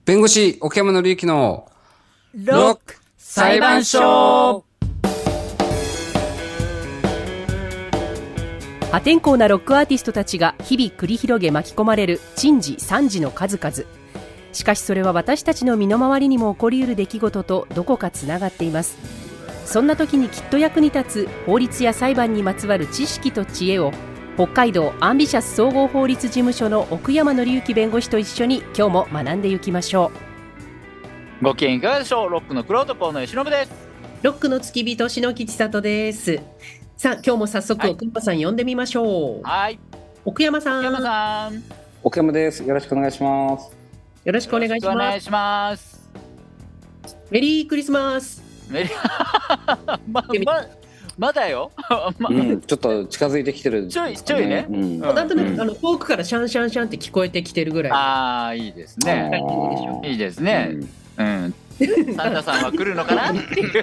弁護士奥山紀之のロック裁判所。 破天荒なロックアーティストたちが日々繰り広げ巻き込まれる珍事惨事の数々。しかしそれは私たちの身の回りにも起こりうる出来事とどこかつながっています。そんな時にきっと役に立つ法律や裁判にまつわる知識と知恵を、北海道アンビシャス総合法律事務所の奥山紀之弁護士と一緒に今日も学んでいきましょご機嫌いかがでしょう。ロックのクロートポーの吉信です。 う。ロックの付き人篠木千里です。さあ今日も早速奥山さん呼んでみましょう。 はい、 奥山さん。 奥山さん、 奥山です。よろしくお願いします。 よろしくお願いします。 お願いします。 メリークリスマス。 まだよ。 ちょっと近づいてきてるんですかね。 ちょいね。 なんとなく遠くからシャンシャンシャンって聞こえてきてるぐらい。 ああ、いいですね。いいですね。サンタさんは来るのかな。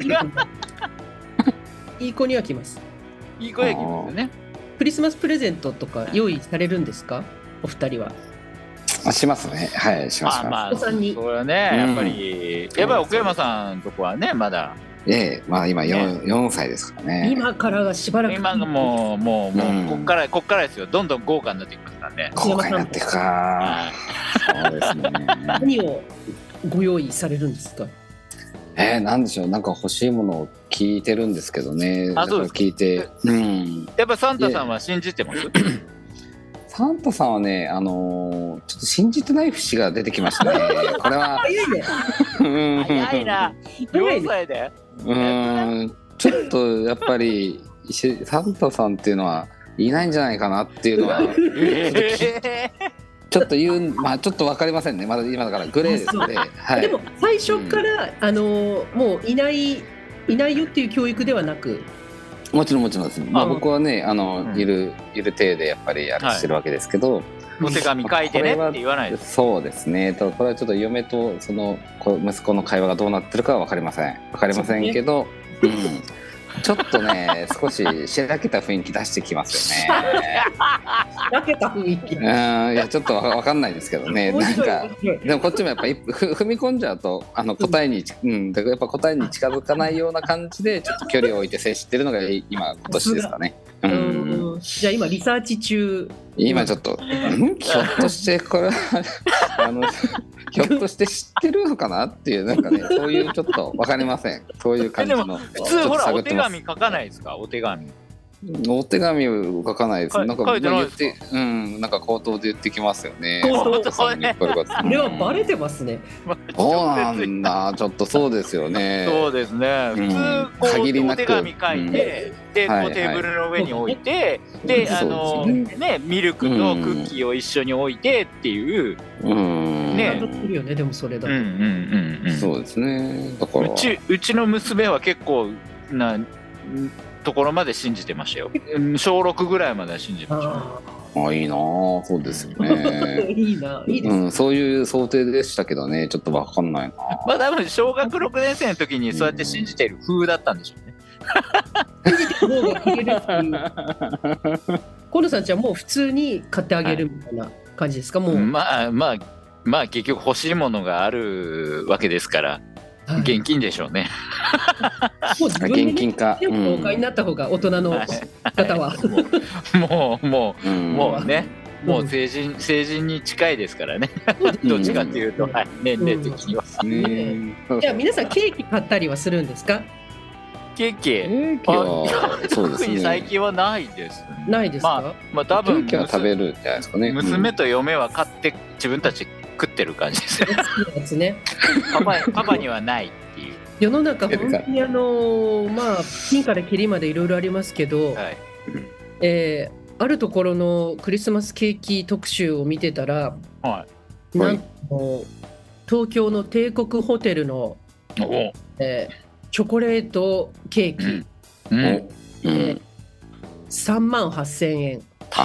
いい子には来ます。 いい子には来ますよね。 クリスマスプレゼントとか用意されるんですか、お二人は。 しますね。はい、します。 お子さんに。それはね、やっぱり奥山さんとこはね、まだ。 まあ今4歳ですからね。 今からがしばらく。 今がもうこっからですよ。どんどん豪華になっていきますからね。 豪華になっていくか。そうですね。 何をご用意されるんですか。 なんでしょう、なんか欲しいものを聞いてるんですけどね。 あ、そうです。 聞いて、 やっぱサンタさんは信じてます？ サンタさんはね、ちょっと信じてない節が出てきましたね。これは早いな。4歳で。 ちょっとやっぱりサンタさんっていうのはいないんじゃないかなっていうのはちょっとまあちょっと分かりませんね。まだ今だからグレーですので、 でも最初からもういないよっていう教育ではなく。 もちろんです。僕はね、いる体でやっぱりしてるわけですけど、 お手紙書いてねって言わないです。 そうですね。ただこれはちょっと嫁とその息子の会話がどうなってるかは分かりませんけど、ちょっとね少ししらけた雰囲気出してきますよね。 しらけた雰囲気。 いやちょっと分かんないですけどね。なんかでもこっちもやっぱり踏み込んじゃうと答えにだからやっぱ答えに近づかないような感じでちょっと距離を置いて接してるのが今年ですかね。 じゃあ今リサーチ中。 今ちょっとひょっとしてこれひょっとして知ってるのかなっていうなんかね、そういうちょっと分かりません。そういう感じの。 でも普通ほらお手紙書かないですか。お手紙を書かないです。なんか書いてないですか。 なんか口頭で言ってきますよね。 そうね。これはバレてますね。 そうなんだ。ちょっとそうですよね。 そうですね。普通こうお手紙書いて、でこうテーブルの上に置いて、でねミルクとクッキーを一緒に置いてっていうね。 でもそれだ。 そうですね。だからうちの娘は結構なところまで信じてましたよ。小6ぐらいまでは信じてました。 いいな、そうですよね。 いいな、いいですね。 そういう想定でしたけどね、ちょっと分かんないな。 まあ多分小学6年生の時にそうやって信じてる風だったんでしょうね。 信じてる方がいいです。河野さんちはもう普通に買ってあげるみたいな感じですか。もうまあ結局欲しいものがあるわけですから。現金でしょうね。 もう自分で現金か。お買いになった方が大人の方はもうね、もう成人に近いですからね。どっちかっていうと年齢的には。 じゃあ皆さんケーキ買ったりはするんですか。 ケーキは特に最近はないです。 ないですか。 まあ多分ケーキは食べるじゃないですかね。 娘と嫁は買って自分たち食ってる感じですね。パパにはないっていう。 世の中本当にピンからキリまでいろいろありますけど、あるところのクリスマスケーキ特集を見てたら、なんと東京の帝国ホテルのチョコレートケーキ3万8,000円。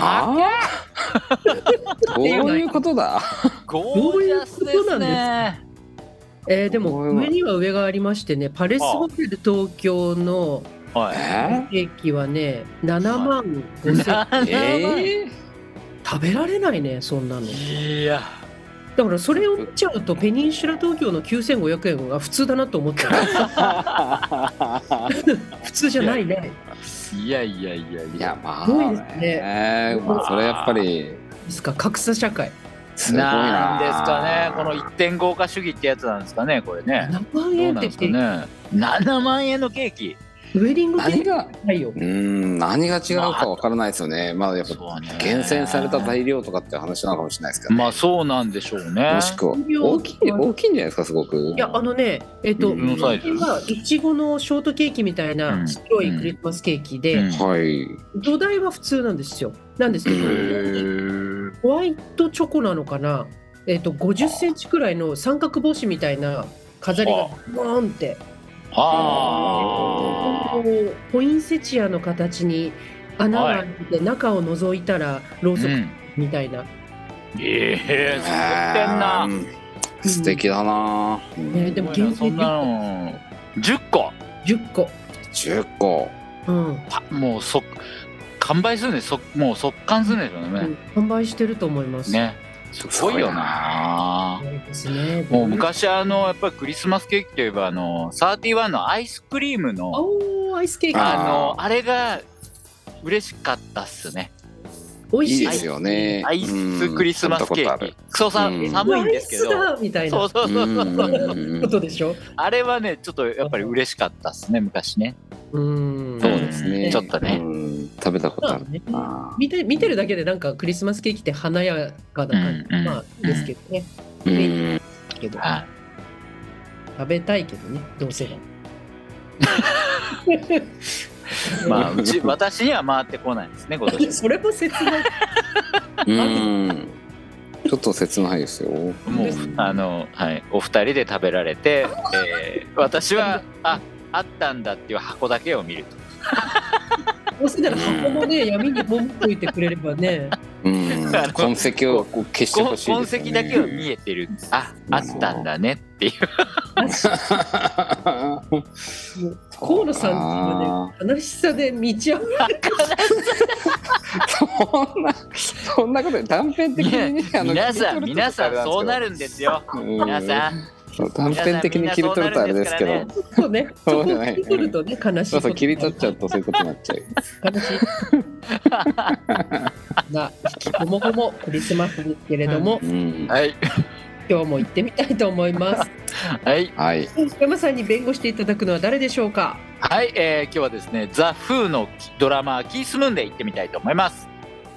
どういうことだ。 ゴージャスですね。 でも上には上がありましてね、パレスホテル東京のケーキはね7万5,000円。食べられないね、そんなの。 いやだからそれを見ちゃうとペニンシュラ東京の9500円が普通だなと思った普通じゃないね。 いやまあすごいですね。 まあそれやっぱりですか、格差社会すごいなんですかね、この一点豪華主義ってやつなんですかね、これね。 7万円って 7万円のケーキ、 ウェディングケーキないよ。 何が違うかわからないですよね。まあやっぱ厳選された材料とかって話なのかもしれないですけど、ね、 まあそうなんでしょうね。 もしくは大きいんじゃないですか、すごく。いやいちごのショートケーキみたいな白いクリスマスケーキで、土台は普通なんですよ。なんですけど、ホワイトチョコなのかな、50センチくらいの三角星みたいな飾りがボーンってポインセチアの形に穴が開いて中を覗いたらろうそくみたいな、 作ってんな、 素敵だな、 でも限定 10個 10個 10個、 もう完売するんでもう速乾するんでしょうね、 販売してると思いますね。すごいよな。もう昔やっぱりクリスマスケーキといえば31のアイスクリームのアイスケーキあれが嬉しかったっすね。 美味しいですよね。 アイスクリスマスケーキ。寒いんですけど。 みたいな。そうことでしょ。 あれはねちょっとやっぱり嬉しかったっすね、昔ね。 そうですね。 ちょっとね。 食べたことある。 見てるだけでなんかクリスマスケーキって華やかな感じ、まあですけどね。けど食べたいけどね、どうせが。 まあ私には回ってこないですね、今年。 それも切ない。 ちょっと切ないですよ。もうお二人で食べられて、私はあったんだっていう箱だけを見ると。 そうしたら箱もね、闇に葬っといてくれればね。 痕跡を消してほしいですね。 痕跡だけは見えてる。あったんだねっていう。 河野さんはね、悲しさで満ち溢れてそんなことで断片的にね、 皆さんそうなるんですよ。皆さん。 断片的に切り取るとあれですけど、 そうね、そうじゃない、切り取るとね、悲しい。 そう切り取っちゃうとそういうことになっちゃう。 悲しい。ほぼクリスマスですけれども、 はい。 今日も行ってみたいと思います。 はい。 山さんに弁護していただくのは誰でしょうか。 はい、今日はですね、ザ・フーのドラマーキース・ムーンで行ってみたいと思います。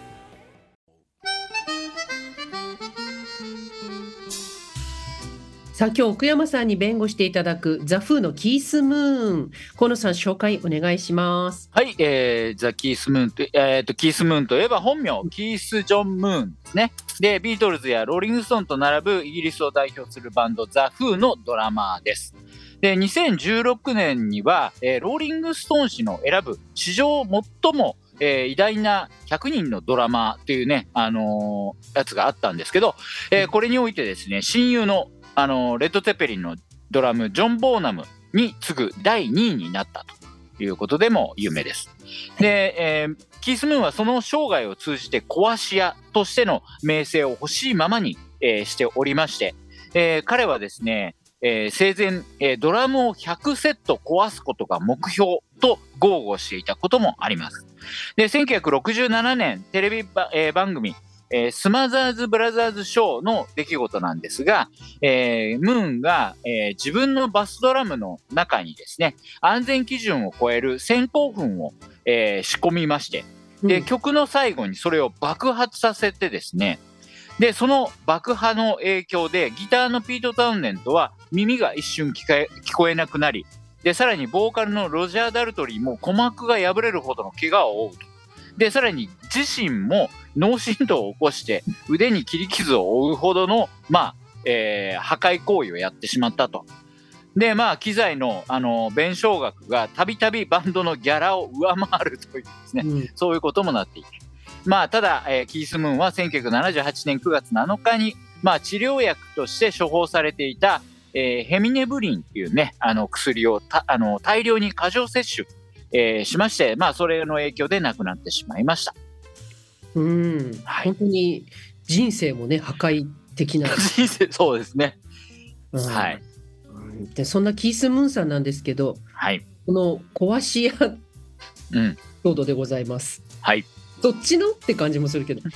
さあ今日奥山さんに弁護していただくザ・フーのキース・ムーン、河野さん紹介お願いします。 はい、ザ・キース・ムーンと、キース・ムーンといえば本名キース・ジョン・ムーンですね。でビートルズやローリング・ストーンと並ぶイギリスを代表するバンドザ・フーのドラマーです。で2016年には、ローリング・ストーン氏の選ぶ史上最も偉大な100人のドラマーというね、やつがあったんですけど、これにおいてですね、親友のレッド・ツェペリンのドラムジョン・ボーナムに次ぐ第2位になったということでも有名です。で、キース・ムーンはその生涯を通じて壊し屋としての名声を欲しいままに、しておりまして、彼はですね、生前、ドラムを100セット壊すことが目標と豪語していたこともあります。で1967年テレビ番組スマザーズ・ブラザーズ・ショーの出来事なんですが、ムーンが、自分のバスドラムの中にですね、安全基準を超える線香粉を、仕込みまして、で曲の最後にそれを爆発させてですね、でその爆破の影響でギターのピート・タウンネントは耳が一瞬聞こえなくなり、でさらにボーカルのロジャー・ダルトリーも鼓膜が破れるほどの怪我を負うと。でさらに自身も脳震盪を起こして腕に切り傷を負うほどの、破壊行為をやってしまったと。で機材の、弁償額がたびたびバンドのギャラを上回るというですね、そういうこともなっている。ただ、キース・ムーンは1978年9月7日に、治療薬として処方されていた、ヘミネブリンっていうね薬を大量に過剰摂取、しまして、それの影響で亡くなってしまいました。 本当に人生もね破壊的な人生、そうですね、 うんはい、 でそんなキース・ムーンさんなんですけど、 はい、 この壊し屋うん、 ソードでございます。 はい、 どっちのって感じもするけど、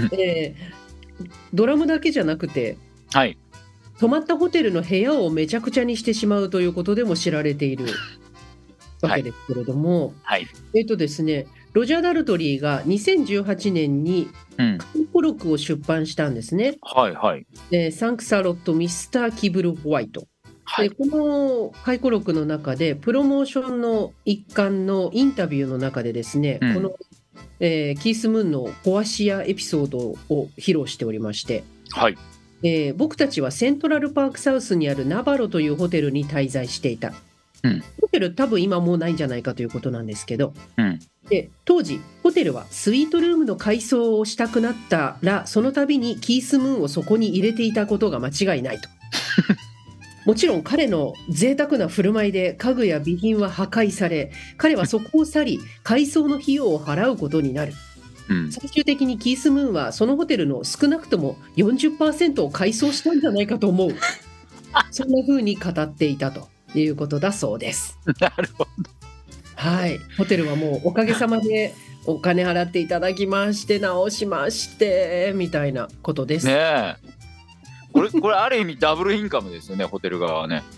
ドラムだけじゃなくて、 はい、 泊まったホテルの部屋をめちゃくちゃにしてしまうということでも知られているわけですけれども、 はい、 ですね、ロジャー・ダルトリーが2018年に回顧録を出版したんですね。 はい、はい、 サンクサロット・ミスター・キブル・ホワイト。 はい、 この回顧録の中でプロモーションの一環のインタビューの中でですね、この、キース・ムーンの壊し屋エピソードを披露しておりまして、 はい、 僕たちはセントラルパークサウスにあるナバロというホテルに滞在していた、ホテル多分今もうないんじゃないかということなんですけど、で当時ホテルはスイートルームの改装をしたくなったらその度にキース・ムーンをそこに入れていたことが間違いないともちろん彼の贅沢な振る舞いで家具や備品は破壊され、彼はそこを去り改装の費用を払うことになる。最終的にキース・ムーンはそのホテルの少なくとも 40% を改装したんじゃないかと思うそんな風に語っていたということだそうです。 なるほど。 はい、ホテルはもうおかげさまでお金払っていただきまして直しましてみたいなことですねえ、これある意味ダブルインカムですよね、ホテル側はね。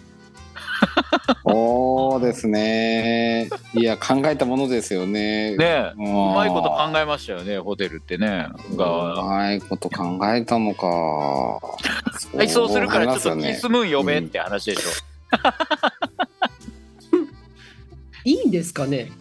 そうですね。いや考えたものですよね。 ねえ、うまいこと考えましたよね、ホテルってね。 うまいこと考えたのか。 改装するからちょっとキース・ムーン呼べって話でしょ。 いいんですかね。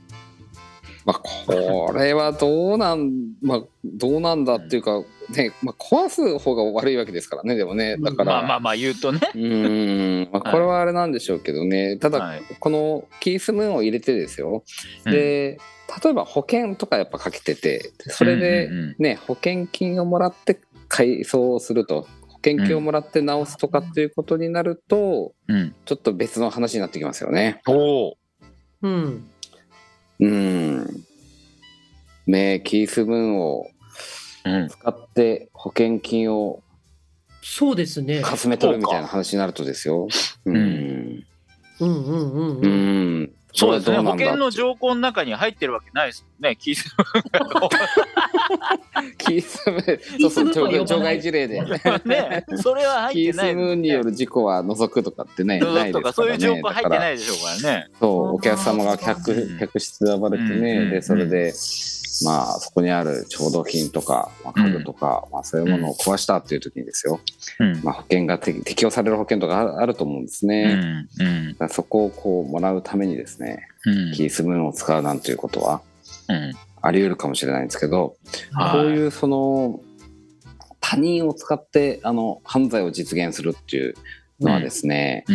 これはどうなんだっていうか、ね、壊す方が悪いわけですからね。でもね、だからまあ言うとね、 これはあれなんでしょうけどね。ただ、このキース・ムーンを入れてですよ、で例えば保険とかやっぱかけてて、それでね、保険金をもらって改装すると、保険金をもらって直すとかっていうことになると、ちょっと別の話になってきますよね。ね、キース・ムーンを使って保険金をそうですねかすめ取るみたいな話になるとですよ。 そうですね。保険の条項の中に入ってるわけないですもんね、キース・ムーンが。 キース・ムーン、そう除外事例でね、それは入ってない、 キース・ムーンによる事故は除くとかってね、ないですからね。 そういう条項入ってないでしょうからね。 そう、お客様が客室で暴れてね、でそれでそこにある調度品とか家具とか、そういうものを壊したっていう時にですよ、保険が適用される保険とかあると思うんですね。そこをこうもらうためにですね、キース・ムーンを使うなんていうことはあり得るかもしれないんですけど、こういうその他人を使って犯罪を実現するっていうのはですね、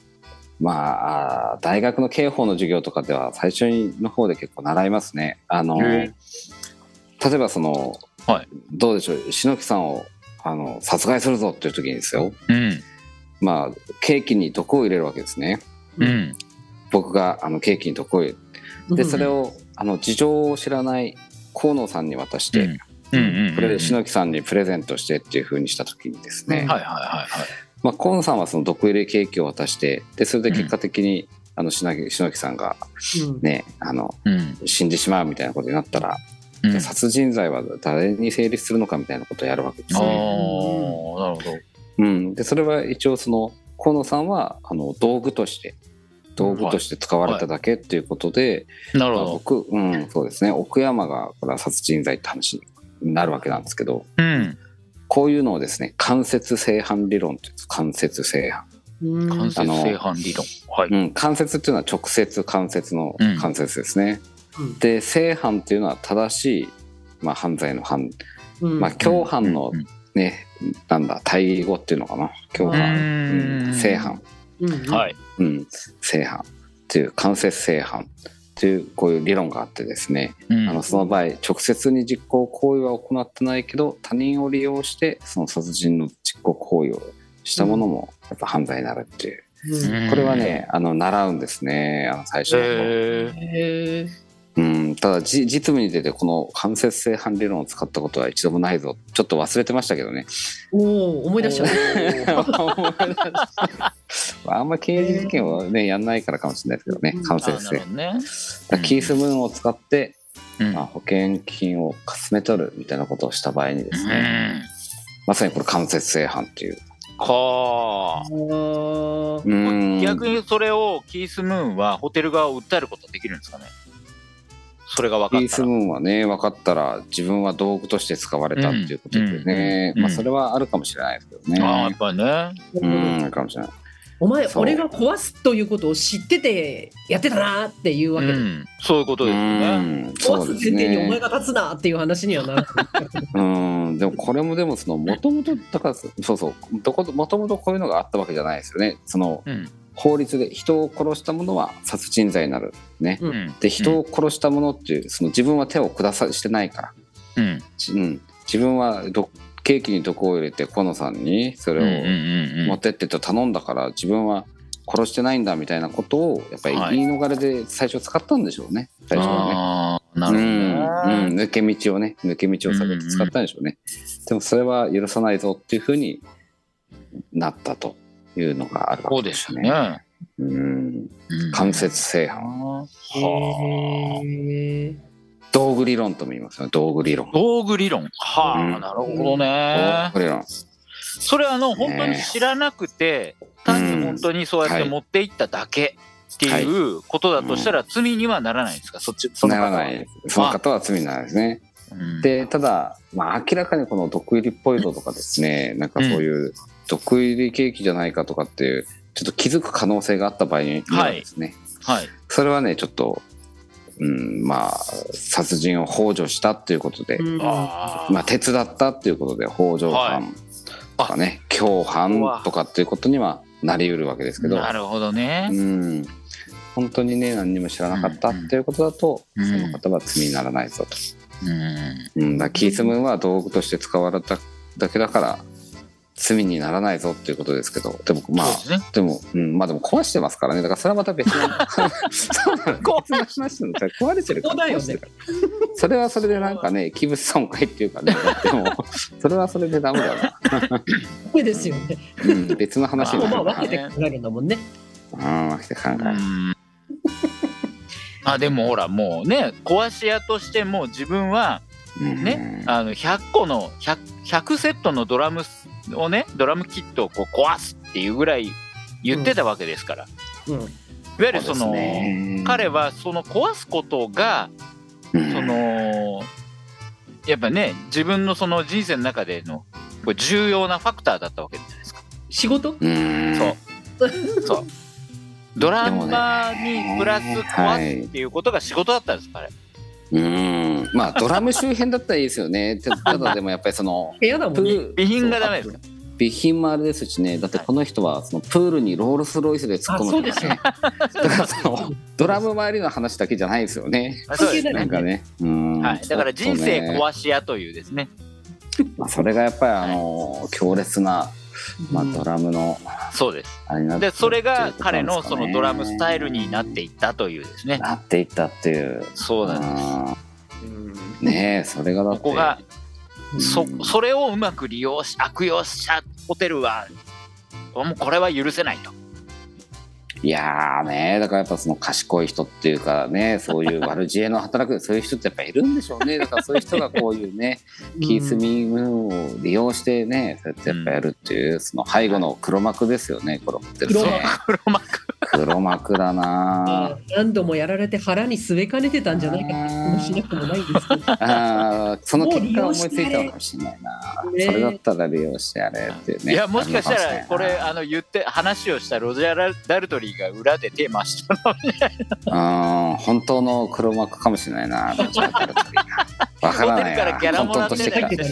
大学の刑法の授業とかでは最初の方で結構習いますね。例えばどうでしょう、篠木さんを殺害するぞっていう時にですよ、ケーキに毒を入れるわけですね。僕がケーキに毒を入れる。でそれを事情を知らない河野さんに渡して、篠木さんにプレゼントしてっていう風にした時にですね、河野さんはその毒入りケーキを渡して、でそれで結果的に篠木さんがね、死んでしまうみたいなことになったら、殺人罪は誰に成立するのかみたいなことをやるわけですね。 なるほど。でそれは一応その河野さんは道具として使われただけっていうことで、 なるほど。 そうですね、奥山がこれは殺人罪って話になるわけなんですけど、こういうのをですね、間接正犯理論って言うんです。間接正犯。 間接正犯理論。 間接っていうのは直接間接の間接ですね。で正犯っていうのは正しい、犯罪の犯、共犯のね、対義語っていうのかな、共犯、正犯、正犯っていう間接正犯っていうこういう理論があってですね、その場合直接に実行行為は行ってないけど他人を利用してその殺人の実行行為をしたものもやっぱ犯罪になるっていう、これはね習うんですね、最初の頃。 ただ実務に出てこの間接性犯理論を使ったことは一度もないぞ、ちょっと忘れてましたけどね。 思い出しちゃうあんまり刑事事件をねやんないからかもしれないですけどね、間接性、キースムーンを使って、保険金をかすめ取るみたいなことをした場合にですね、まさにこれ間接性犯っていう。 逆にそれをキースムーンはホテル側を訴えることはできるんですかね。それが分かったら。キースムーンはね分かったら自分は道具として使われたっていうことでね、それはあるかもしれないですけどね。 やっぱりね。あるかもしれない。 お前俺が壊すということを知っててやってたなっていうわけで、 そういうことですよね。 壊す前提にお前が立つなっていう話にはなる。 でもこれもでもそのもともとだからもともとこういうのがあったわけじゃないですよね。その、法律で人を殺したものは殺人罪になるね。で人を殺したものっていうその自分は手を下してないから、自分はケーキに毒を入れて河野さんにそれを持ってってと頼んだから自分は殺してないんだみたいなことをやっぱり言い逃れで最初使ったんでしょうね、最初はね。 なるほどね。 抜け道を探って使ったんでしょうね。でもそれは許さないぞっていうふうになったというのがあるわけですね。間接性犯。道具理論とも言いますよね。道具理論。なるほどね。道具理論。それ本当に知らなくて、単に本当にそうやって持っていっただけっていうことだとしたら罪にはならないですか。その方は。ならない。その方は罪にならないですね。でただ、明らかにこの毒入りポイドとかですね、なんかそういう毒入りケーキじゃないかとかっていうちょっと気づく可能性があった場合にはですね、それはねちょっと殺人を幇助したっていうことで、手伝ったっていうことで幇助犯とかね、共犯とかっていうことにはなりうるわけですけど。 なるほどね。 本当にね何にも知らなかったっていうことだと、その方は罪にならないぞと。だキースムーンは道具として使われただけだから罪にならないぞっていうことですけど、でもでも壊してますからね。だからそれはまた別の別の話なんですよ。壊れてるから壊してるから、それはそれでなんかね器物損壊っていうかね、でもそれはそれでダメだな。 ダメですよね。 別の話になる。 分けて考えるんだもんね。 分けて考える。 でもほらもうね壊し屋としても自分はね100個の100セットのドラムをねドラムキットをこう壊すっていうぐらい言ってたわけですから、いわゆるその彼はその壊すことがそのやっぱね自分のその人生の中での重要なファクターだったわけじゃないですか。 仕事？ そうドラマにプラス壊すっていうことが仕事だったんです彼。 ドラム周辺だったらいいですよね。ただでもやっぱりその備品がダメですか。 備品もあれですしね。だってこの人はそのプールにロールスロイスで突っ込むとかね。だからそのドラム周りの話だけじゃないですよね。なんかね。 だから人生壊し屋というですね。 それがやっぱり強烈なドラムのそうです。でそれが彼のそのドラムスタイルになっていったというですね。 なっていったっていう。 そうなんです。 ねえ、それがだってここがそれをうまく悪用したホテルはもうこれは許せないと。 いやーね、だからやっぱその賢い人っていうかね、そういう悪知恵の働くそういう人ってやっぱいるんでしょうね。だからそういう人がこういうねキースミームを利用してね、そうやってやっぱやるっていうその背後の黒幕ですよね。黒幕だな。 何度もやられて腹に据えかねてたんじゃないかって気もしなくもないんですけど、 その結果思いついたのかもしれないな、それだったら利用してやれっていうね。 いやもしかしたらこれ言って話をしたロジャー・ダルトリーが裏で手回したのみたいな。本当の黒幕かもしれないな。ロジャー・ダルトリーがわからないな。ホテルからギャラもらって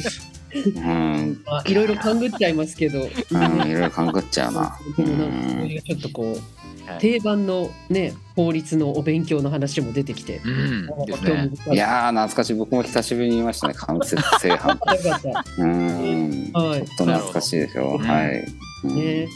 いろいろ勘ぐっちゃいますけど、いろいろ勘ぐっちゃうな。 ちょっとこう定番のね法律のお勉強の話も出てきて、 いや懐かしい。僕も久しぶりに言いましたね。間接性犯。ちょっと懐かしいでしょ。はい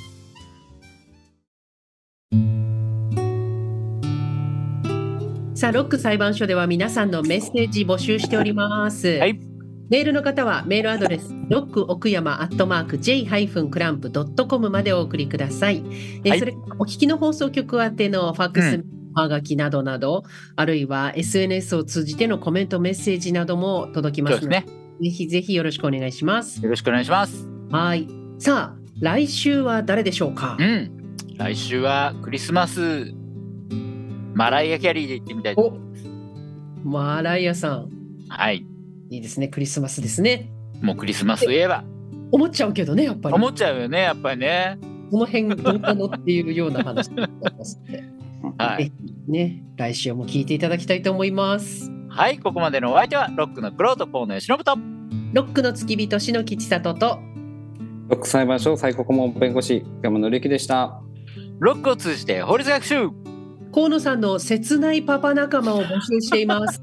さあロック裁判所では皆さんのメッセージ募集しております。 はい。 メールの方はメールアドレスロック奥山@j-clamp.com までお送りください。 はい、 それからお聞きの放送局宛てのファックス、はがきなどなど、あるいは SNS を通じてのコメントメッセージなども届きますので、ぜひぜひよろしくお願いします。 よろしくお願いします。 はい。さあ来週は誰でしょうか。 来週はクリスマスマライア・キャリーで行ってみたいと思います。 マライアさん、 はい、 いいですね。クリスマスですね。 もうクリスマスといえば思っちゃうけどね、やっぱり思っちゃうよね、やっぱりね。 この辺どうなのっていうような話になりますのではい、 ね、来週も聞いていただきたいと思います。 はい、ここまでのお相手はロックの玄人河野由伸とロックの付き人篠木千里とロック裁判所最高顧問弁護士山野力でした。 ロックを通じて法律学習、 河野さんの切ないパパ仲間を募集しています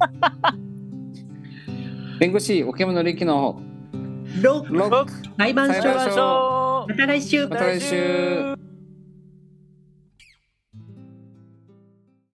弁護士奥山の力のロック裁判所、 また来週。 また来週。